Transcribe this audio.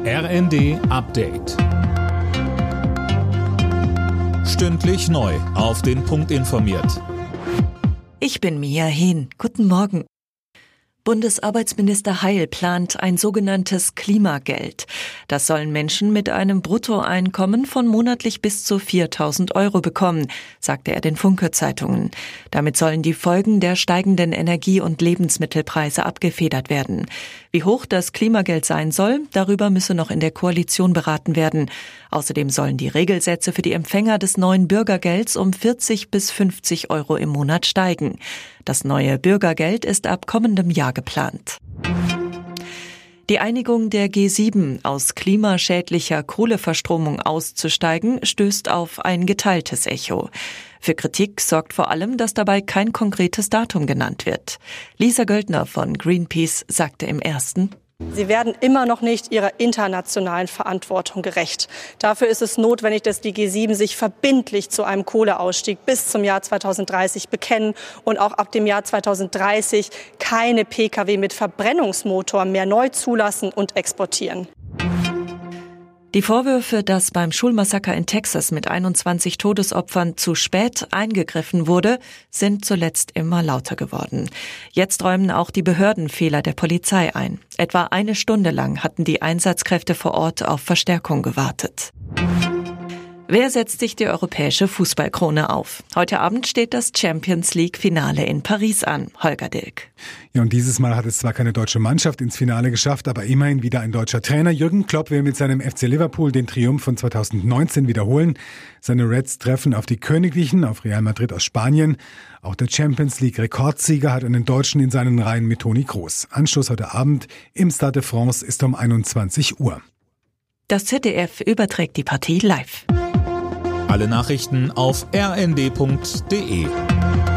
RND Update. Stündlich neu auf den Punkt informiert. Ich bin Mia Hehn. Guten Morgen. Bundesarbeitsminister Heil plant ein sogenanntes Klimageld. Das sollen Menschen mit einem Bruttoeinkommen von monatlich bis zu 4.000 € bekommen, sagte er den Funke-Zeitungen. Damit sollen die Folgen der steigenden Energie- und Lebensmittelpreise abgefedert werden. Wie hoch das Klimageld sein soll, darüber müsse noch in der Koalition beraten werden. Außerdem sollen die Regelsätze für die Empfänger des neuen Bürgergelds um 40 bis 50 € im Monat steigen. Das neue Bürgergeld ist ab kommendem Jahr geplant. Die Einigung der G7, aus klimaschädlicher Kohleverstromung auszusteigen, stößt auf ein geteiltes Echo. Für Kritik sorgt vor allem, dass dabei kein konkretes Datum genannt wird. Lisa Göldner von Greenpeace sagte im Ersten: Sie werden immer noch nicht ihrer internationalen Verantwortung gerecht. Dafür ist es notwendig, dass die G7 sich verbindlich zu einem Kohleausstieg bis zum Jahr 2030 bekennen und auch ab dem Jahr 2030 keine Pkw mit Verbrennungsmotor mehr neu zulassen und exportieren. Die Vorwürfe, dass beim Schulmassaker in Texas mit 21 Todesopfern zu spät eingegriffen wurde, sind zuletzt immer lauter geworden. Jetzt räumen auch die Behörden Fehler der Polizei ein. Etwa eine Stunde lang hatten die Einsatzkräfte vor Ort auf Verstärkung gewartet. Wer setzt sich die europäische Fußballkrone auf? Heute Abend steht das Champions-League-Finale in Paris an. Holger Dilk. Ja, und dieses Mal hat es zwar keine deutsche Mannschaft ins Finale geschafft, aber immerhin wieder ein deutscher Trainer. Jürgen Klopp will mit seinem FC Liverpool den Triumph von 2019 wiederholen. Seine Reds treffen auf die Königlichen, auf Real Madrid aus Spanien. Auch der Champions-League-Rekordsieger hat einen Deutschen in seinen Reihen mit Toni Kroos. Anschluss heute Abend im Stade de France ist um 21 Uhr. Das ZDF überträgt die Partie live. Alle Nachrichten auf rnd.de.